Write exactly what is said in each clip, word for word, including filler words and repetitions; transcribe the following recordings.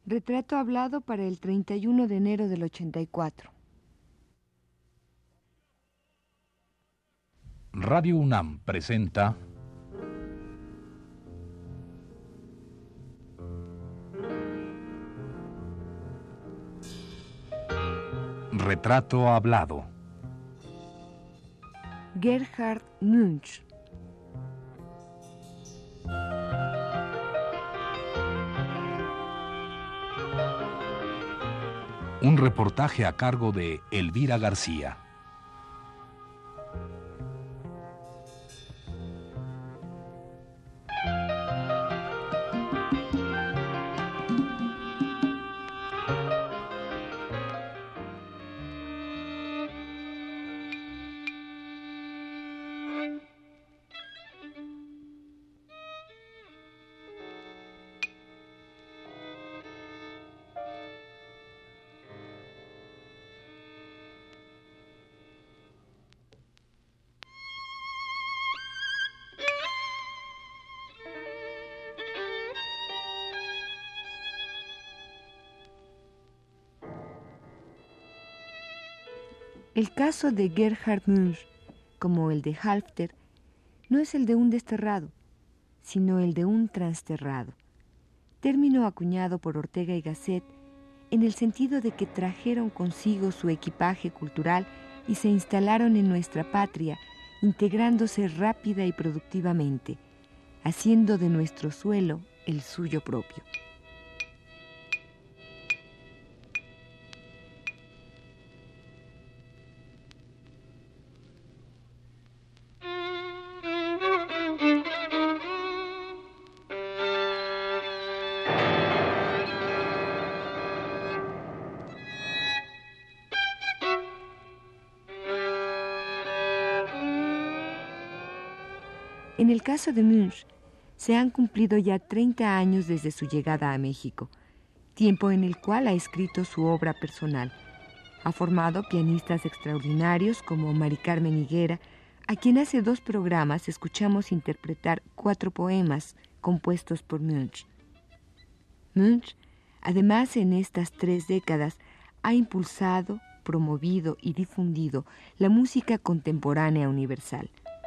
Retrato hablado para el treinta y uno de enero del ochenta y cuatro. Radio UNAM presenta Retrato hablado. Gerhard Munch. Un reportaje a cargo de Elvira García. El caso de Gerhard Munch, como el de Halfter, no es el de un desterrado, sino el de un transterrado, término acuñado por Ortega y Gasset en el sentido de que trajeron consigo su equipaje cultural y se instalaron en nuestra patria, integrándose rápida y productivamente, haciendo de nuestro suelo el suyo propio. En el caso de Munch, se han cumplido ya treinta años desde su llegada a México, tiempo en el cual ha escrito su obra personal. Ha formado pianistas extraordinarios como Mari Carmen Higuera, a quien hace dos programas escuchamos interpretar cuatro poemas compuestos por Munch. Munch, además, en estas tres décadas, ha impulsado, promovido y difundido la música contemporánea universal.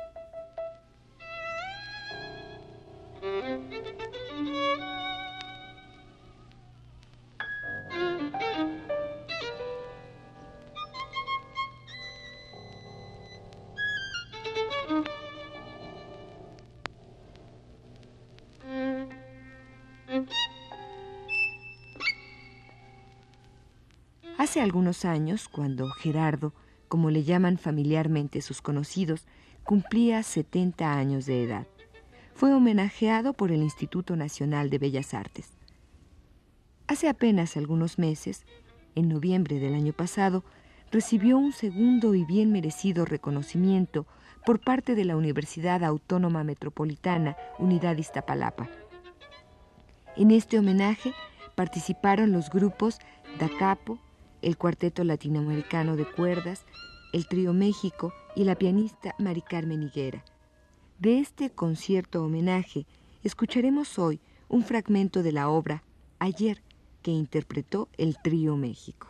Hace algunos años, cuando Gerardo, como le llaman familiarmente sus conocidos, cumplía setenta años de edad, fue homenajeado por el Instituto Nacional de Bellas Artes. Hace apenas algunos meses, en noviembre del año pasado, recibió un segundo y bien merecido reconocimiento por parte de la Universidad Autónoma Metropolitana, Unidad Iztapalapa. En este homenaje participaron los grupos Da Capo, el Cuarteto Latinoamericano de Cuerdas, el Trío México y la pianista Mari Carmen Higuera. De este concierto homenaje escucharemos hoy un fragmento de la obra Ayer, que interpretó el Trío México.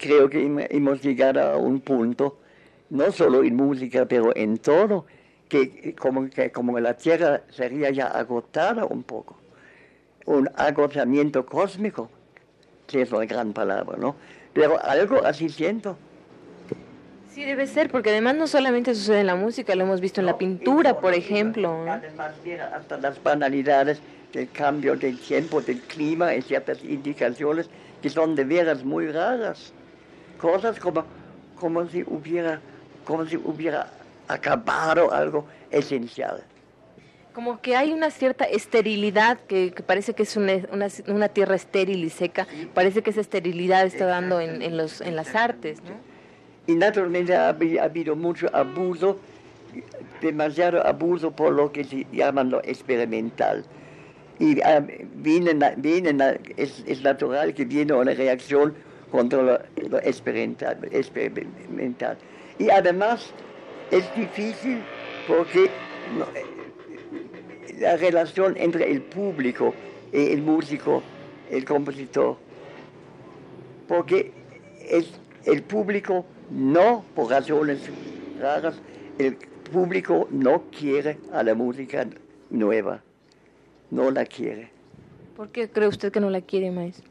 creo que hemos llegado a un punto, no solo en música, pero en todo, que como, que como la Tierra sería ya agotada un poco, un agotamiento cósmico, que es una gran palabra, ¿no? Pero algo así siento. Sí, debe ser, porque además no solamente sucede en la música, lo hemos visto en la pintura, por ejemplo, ¿no? Además, mira, hasta las banalidades del cambio del tiempo, del clima, en ciertas indicaciones que son de veras muy raras. Cosas como, como si hubiera, como si hubiera acabado algo esencial. Como que hay una cierta esterilidad, que, que parece que es una, una, una tierra estéril y seca, parece que esa esterilidad está dando en, en, los, en las artes, ¿no? Y naturalmente ha, ha habido mucho abuso, demasiado abuso por lo que se llama lo experimental. Y uh, viene, viene, es, es natural que viene una reacción contra lo, lo experimental, experimental. Y además es difícil porque no, la relación entre el público y el músico, el compositor, porque es, el público no, por razones raras, el público no quiere a la música nueva, no la quiere. ¿Por qué cree usted que no la quiere, maestro?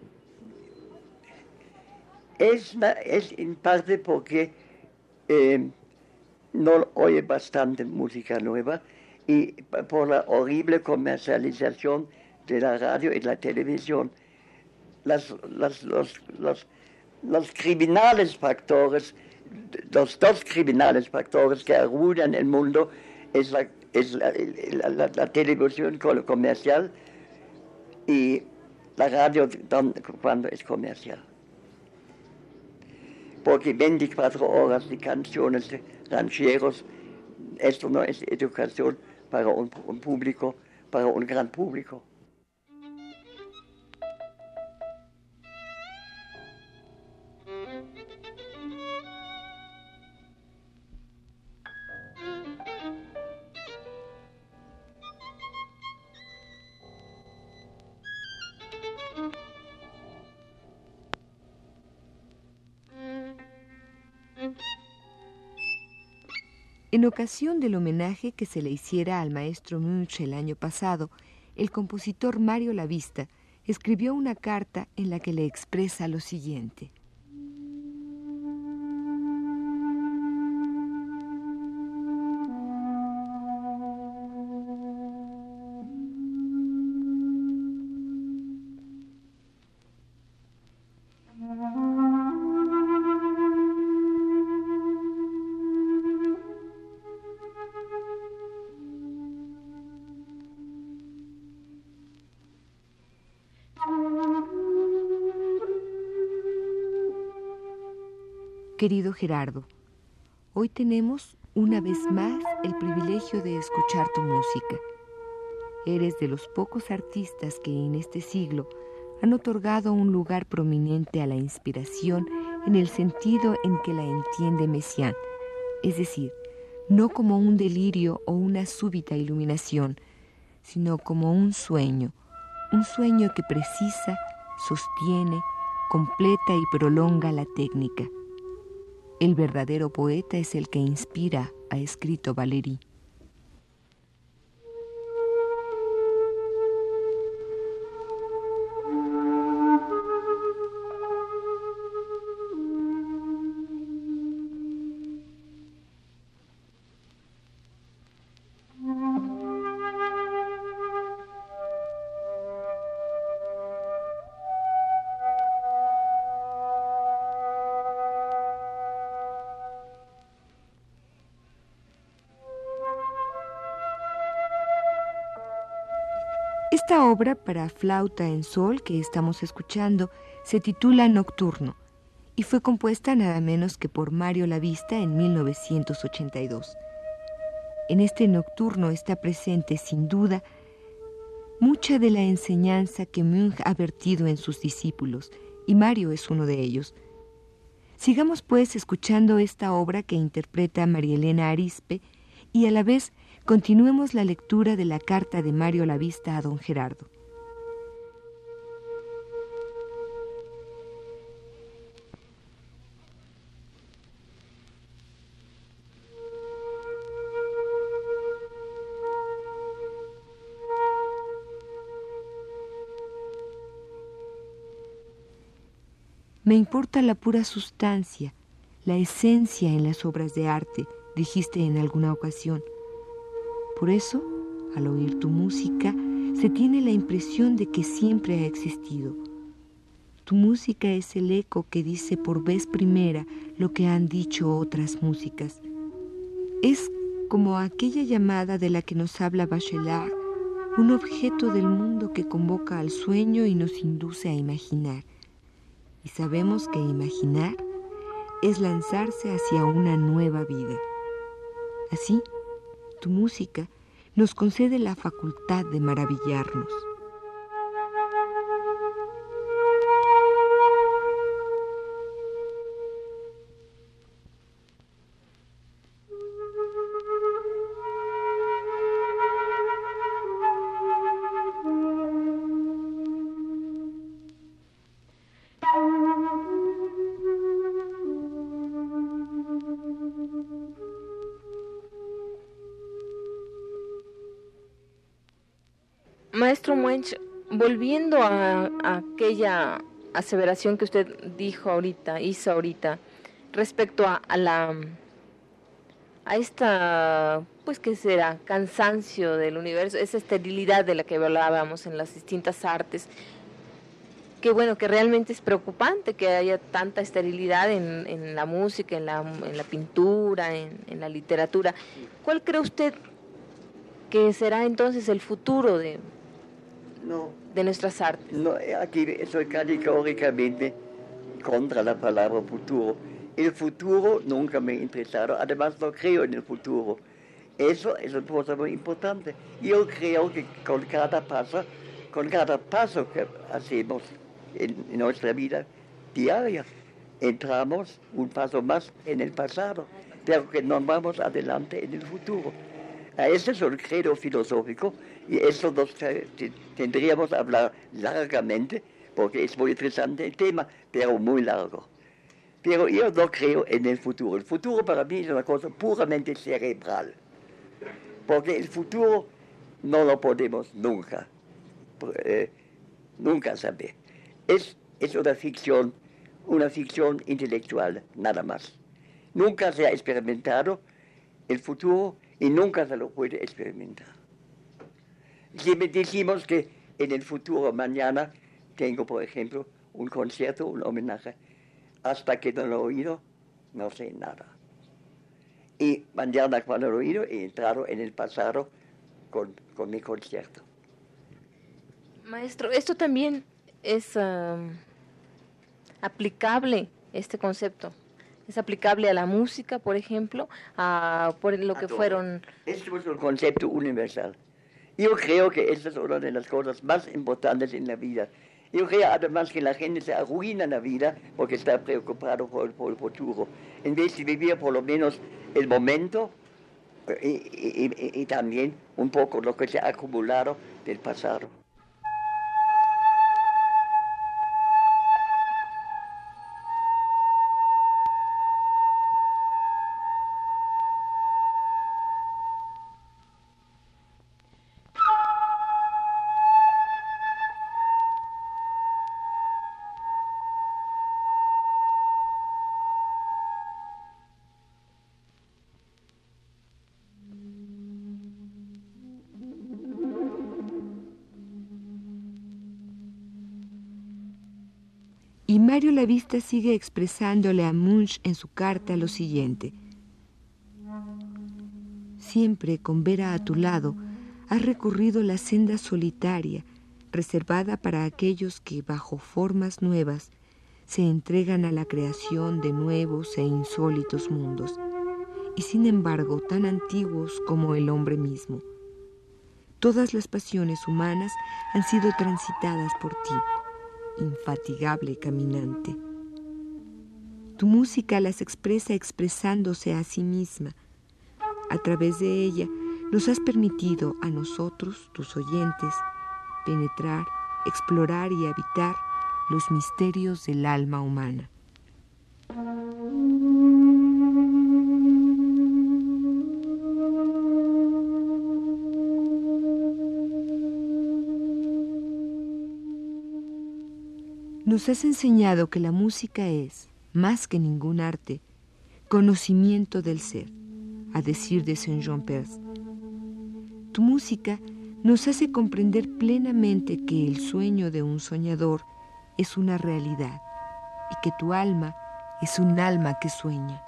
Es, es en parte porque eh, no oye bastante música nueva y por la horrible comercialización de la radio y la televisión. Las, las, los, los, los criminales factores, los dos criminales factores que arruinan el mundo es la, es la, la, la, la televisión comercial y la radio cuando es comercial. Porque veinticuatro horas de canciones de rancheros, esto no es educación para un, un público, para un gran público. En ocasión del homenaje que se le hiciera al maestro Munch el año pasado, el compositor Mario Lavista escribió una carta en la que le expresa lo siguiente. Querido Gerardo, hoy tenemos una vez más el privilegio de escuchar tu música. Eres de los pocos artistas que en este siglo han otorgado un lugar prominente a la inspiración en el sentido en que la entiende Messiaen, es decir, no como un delirio o una súbita iluminación, sino como un sueño, un sueño que precisa, sostiene, completa y prolonga la técnica. El verdadero poeta es el que inspira, ha escrito Valéry. Esta obra para flauta en sol que estamos escuchando se titula Nocturno y fue compuesta nada menos que por Mario Lavista en mil novecientos ochenta y dos. En este nocturno está presente, sin duda, mucha de la enseñanza que Munch ha vertido en sus discípulos, y Mario es uno de ellos. Sigamos pues escuchando esta obra que interpreta María Elena Arizpe y a la vez continuemos la lectura de la carta de Mario Lavista a don Gerardo. Me importa la pura sustancia, la esencia en las obras de arte, dijiste en alguna ocasión. Por eso, al oír tu música, se tiene la impresión de que siempre ha existido. Tu música es el eco que dice por vez primera lo que han dicho otras músicas. Es como aquella llamada de la que nos habla Bachelard, un objeto del mundo que convoca al sueño y nos induce a imaginar. Y sabemos que imaginar es lanzarse hacia una nueva vida. Así, tu música nos concede la facultad de maravillarnos. Maestro Muench, volviendo a, a aquella aseveración que usted dijo ahorita, hizo ahorita, respecto a, a la a esta, pues qué será, cansancio del universo, esa esterilidad de la que hablábamos en las distintas artes, que bueno, que realmente es preocupante que haya tanta esterilidad en, en la música, en la, en la pintura, en, en la literatura. ¿Cuál cree usted que será entonces el futuro de No, de nuestras artes? no, aquí estoy categóricamente contra la palabra futuro. El futuro nunca me ha interesado, además no creo en el futuro. Eso es una cosa muy importante. Yo creo que con cada paso, con cada paso que hacemos en, en nuestra vida diaria, entramos un paso más en el pasado, pero que no vamos adelante en el futuro. Ese es un credo filosófico y eso nos tendríamos que hablar largamente porque es muy interesante el tema, pero muy largo. Pero yo no creo en el futuro. El futuro para mí es una cosa puramente cerebral, porque el futuro no lo podemos nunca, eh, nunca saber. Es, es una ficción, una ficción intelectual, nada más. Nunca se ha experimentado el futuro y nunca se lo puede experimentar. Si me decimos que en el futuro mañana tengo, por ejemplo, un concierto, un homenaje, hasta que no lo he oído, no sé nada. Y mañana cuando lo he oído, he entrado en el pasado con, con mi concierto. Maestro, esto también es uh, aplicable, este concepto. Es aplicable a la música, por ejemplo, a por lo que fueron... Este es un concepto universal. Yo creo que esta es una de las cosas más importantes en la vida. Yo creo además que la gente se arruina la vida porque está preocupado por, por el futuro, en vez de vivir por lo menos el momento y, y, y, y también un poco lo que se ha acumulado del pasado. Y Mario Lavista sigue expresándole a Munch en su carta lo siguiente. Siempre con Vera a tu lado, has recorrido la senda solitaria, reservada para aquellos que, bajo formas nuevas, se entregan a la creación de nuevos e insólitos mundos, y sin embargo tan antiguos como el hombre mismo. Todas las pasiones humanas han sido transitadas por ti, infatigable caminante. Tu música las expresa expresándose a sí misma. A través de ella nos has permitido a nosotros, tus oyentes, penetrar, explorar y habitar los misterios del alma humana. Nos nos has enseñado que la música es, más que ningún arte, conocimiento del ser, a decir de Saint-Jean-Perse. Tu música nos hace comprender plenamente que el sueño de un soñador es una realidad y que tu alma es un alma que sueña.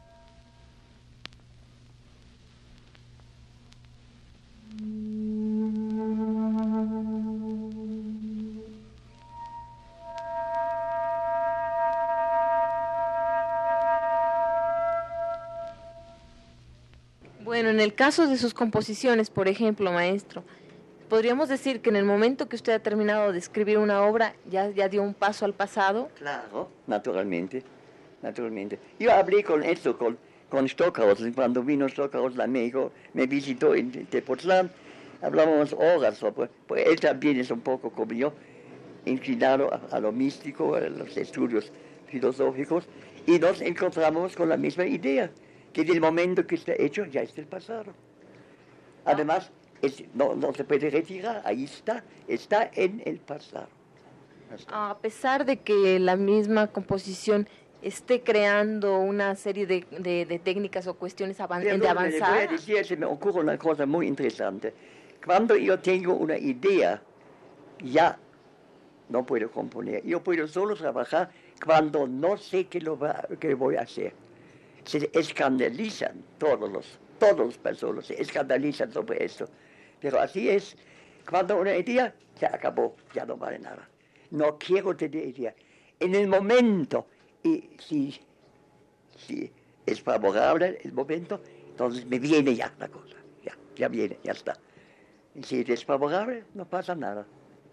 Bueno, en el caso de sus composiciones, por ejemplo, maestro, ¿podríamos decir que en el momento que usted ha terminado de escribir una obra, ya, ya dio un paso al pasado? Claro, naturalmente, naturalmente. Yo hablé con esto, con, con Stockhausen, cuando vino Stockhausen a México, me visitó en Tepoztlán, hablamos horas sobre, pues él también es un poco como yo, inclinado a, a lo místico, a los estudios filosóficos, y nos encontramos con la misma idea, que en el momento que está hecho ya es el pasado. Además, es, no, no se puede retirar, ahí está, está en el pasado. A pesar de que la misma composición esté creando una serie de, de, de técnicas o cuestiones avan de avanzar. Le voy a decir, se me ocurre una cosa muy interesante. Cuando yo tengo una idea, ya no puedo componer. Yo puedo solo trabajar cuando no sé qué, lo va, qué voy a hacer. Se escandalizan todos los, todos los personas, se escandalizan sobre esto. Pero así es, cuando una idea se acabó, ya no vale nada. No quiero tener idea. En el momento, y si, si es favorable el momento, entonces me viene ya la cosa, ya, ya viene, ya está. Y si es desfavorable, no pasa nada.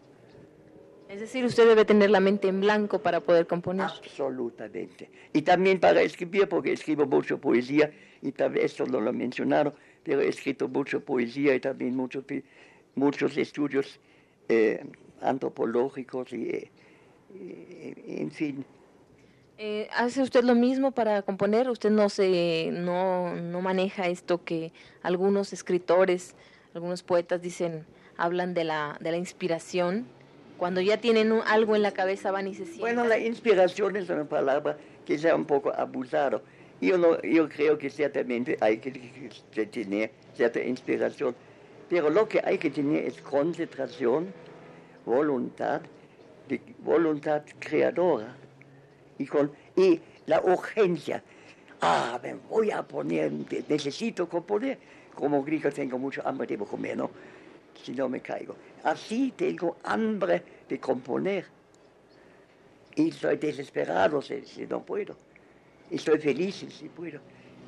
Es decir, usted debe tener la mente en blanco para poder componer. Absolutamente. Y también para escribir, porque escribo mucho poesía, y también esto no lo he mencionado, pero he escrito mucho poesía y también mucho, muchos estudios eh, antropológicos, y, eh, y, en fin. Eh, ¿Hace usted lo mismo para componer? ¿Usted no, se, no, no maneja esto que algunos escritores, algunos poetas dicen, hablan de la, de la inspiración? Cuando ya tienen un, algo en la cabeza van y se sientan. Bueno, la inspiración es una palabra que sea un poco abusada. Yo, no, yo creo que ciertamente hay que tener cierta inspiración, pero lo que hay que tener es concentración, voluntad, de, voluntad creadora y, con, y la urgencia. Ah, me voy a poner, necesito componer. Como griego tengo mucho hambre, debo comer, ¿no? Si no me caigo. Así tengo hambre de componer. Y estoy desesperado si, si no puedo. Estoy feliz si puedo.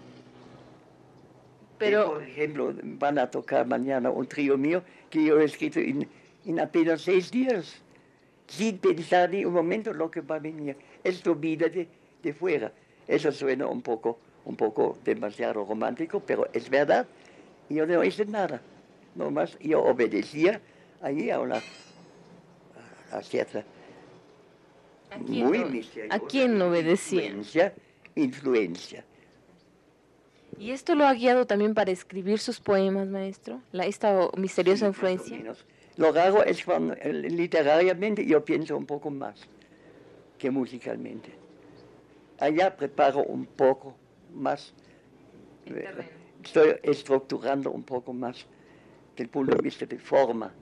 Pero, y, por ejemplo, van a tocar mañana un trío mío que yo he escrito en, en apenas seis días, sin pensar ni un momento lo que va a venir. Esto viene de, de fuera. Eso suena un poco, un poco demasiado romántico, pero es verdad. Yo no hice nada. Nomás yo obedecía ahí a una a cierta ¿A quién, muy no, misteriosa ¿a quién obedecía? Influencia, influencia. ¿Y esto lo ha guiado también para escribir sus poemas, maestro? La, ¿Esta misteriosa Sí, influencia? más o menos. Lo raro es cuando eh, literariamente yo pienso un poco más que musicalmente. Allá preparo un poco más, eh, estoy estructurando un poco más desde el punto de vista de forma.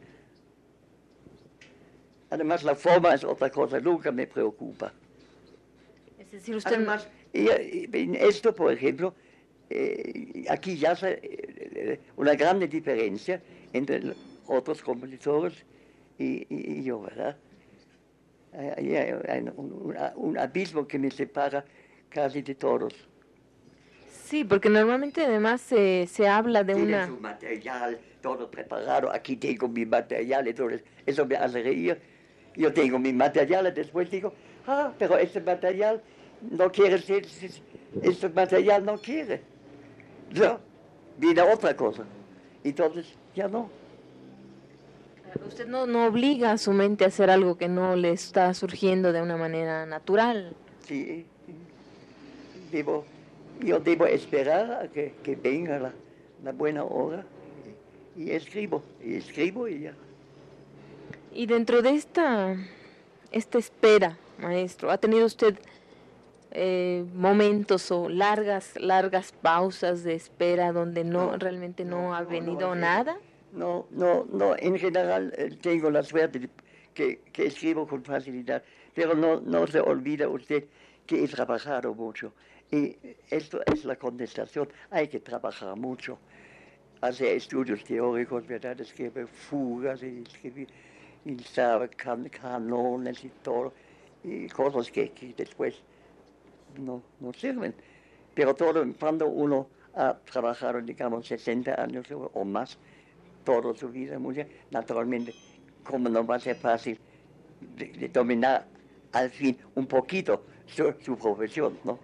Además, la forma es otra cosa, nunca me preocupa. Es decir, usted... Además, en esto, por ejemplo, eh, aquí ya hay eh, una grande diferencia entre otros compositores y, y, y yo, ¿verdad? Hay, hay un, un abismo que me separa casi de todos. Sí, porque normalmente además se, se habla de Tiene una... su material, todo preparado, aquí tengo mi material, entonces eso me hace reír. Yo tengo mi material y después digo, ah, pero este material no quiere ser, este material no quiere. No, viene otra cosa. Entonces, ya no. Usted no, no obliga a su mente a hacer algo que no le está surgiendo de una manera natural. Sí, debo, yo debo esperar a que, que venga la, la buena hora y, y escribo, y escribo y ya. Y dentro de esta, esta espera maestro. ¿Ha tenido usted eh, momentos o largas, largas pausas de espera donde no, no realmente no, no ha venido no, no, nada? No, no, no. En general eh, tengo la suerte de que, que escribo con facilidad, pero no, no se olvida usted que he trabajado mucho. Y esto es la contestación. Hay que trabajar mucho. Hacer estudios teóricos, ¿verdad? Escribir fugas y escribir y sabe, can, canones y todo. Y cosas que, que después no, no sirven. Pero todo, cuando uno ha trabajado, digamos, sesenta años o más, toda su vida, muy bien, naturalmente, como no va a ser fácil de, de dominar al fin un poquito su, su profesión, ¿no?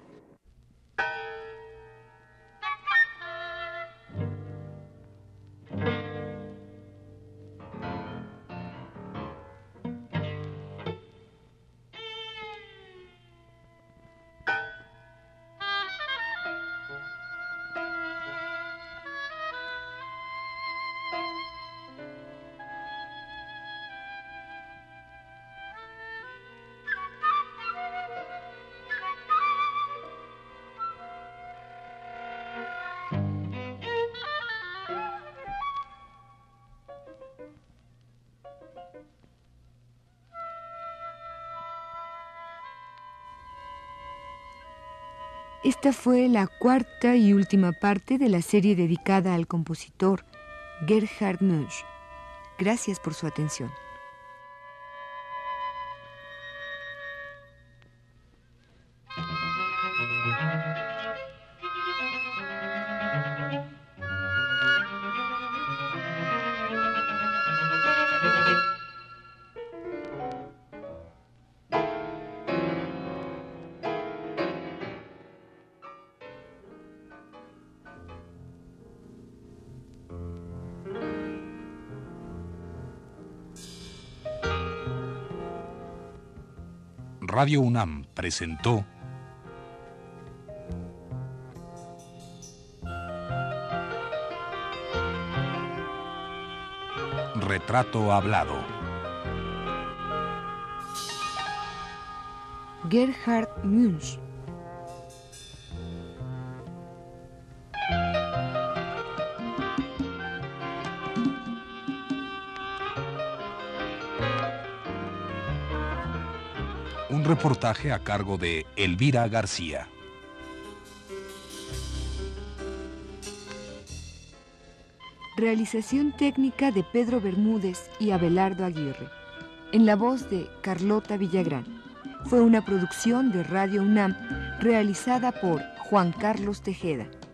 Esta fue la cuarta y última parte de la serie dedicada al compositor Gerhard Munch. Gracias por su atención. Radio UNAM presentó Retrato Hablado. Gerhard Munch. Un reportaje a cargo de Elvira García. Realización técnica de Pedro Bermúdez y Abelardo Aguirre. En la voz de Carlota Villagrán. Fue una producción de Radio UNAM realizada por Juan Carlos Tejeda.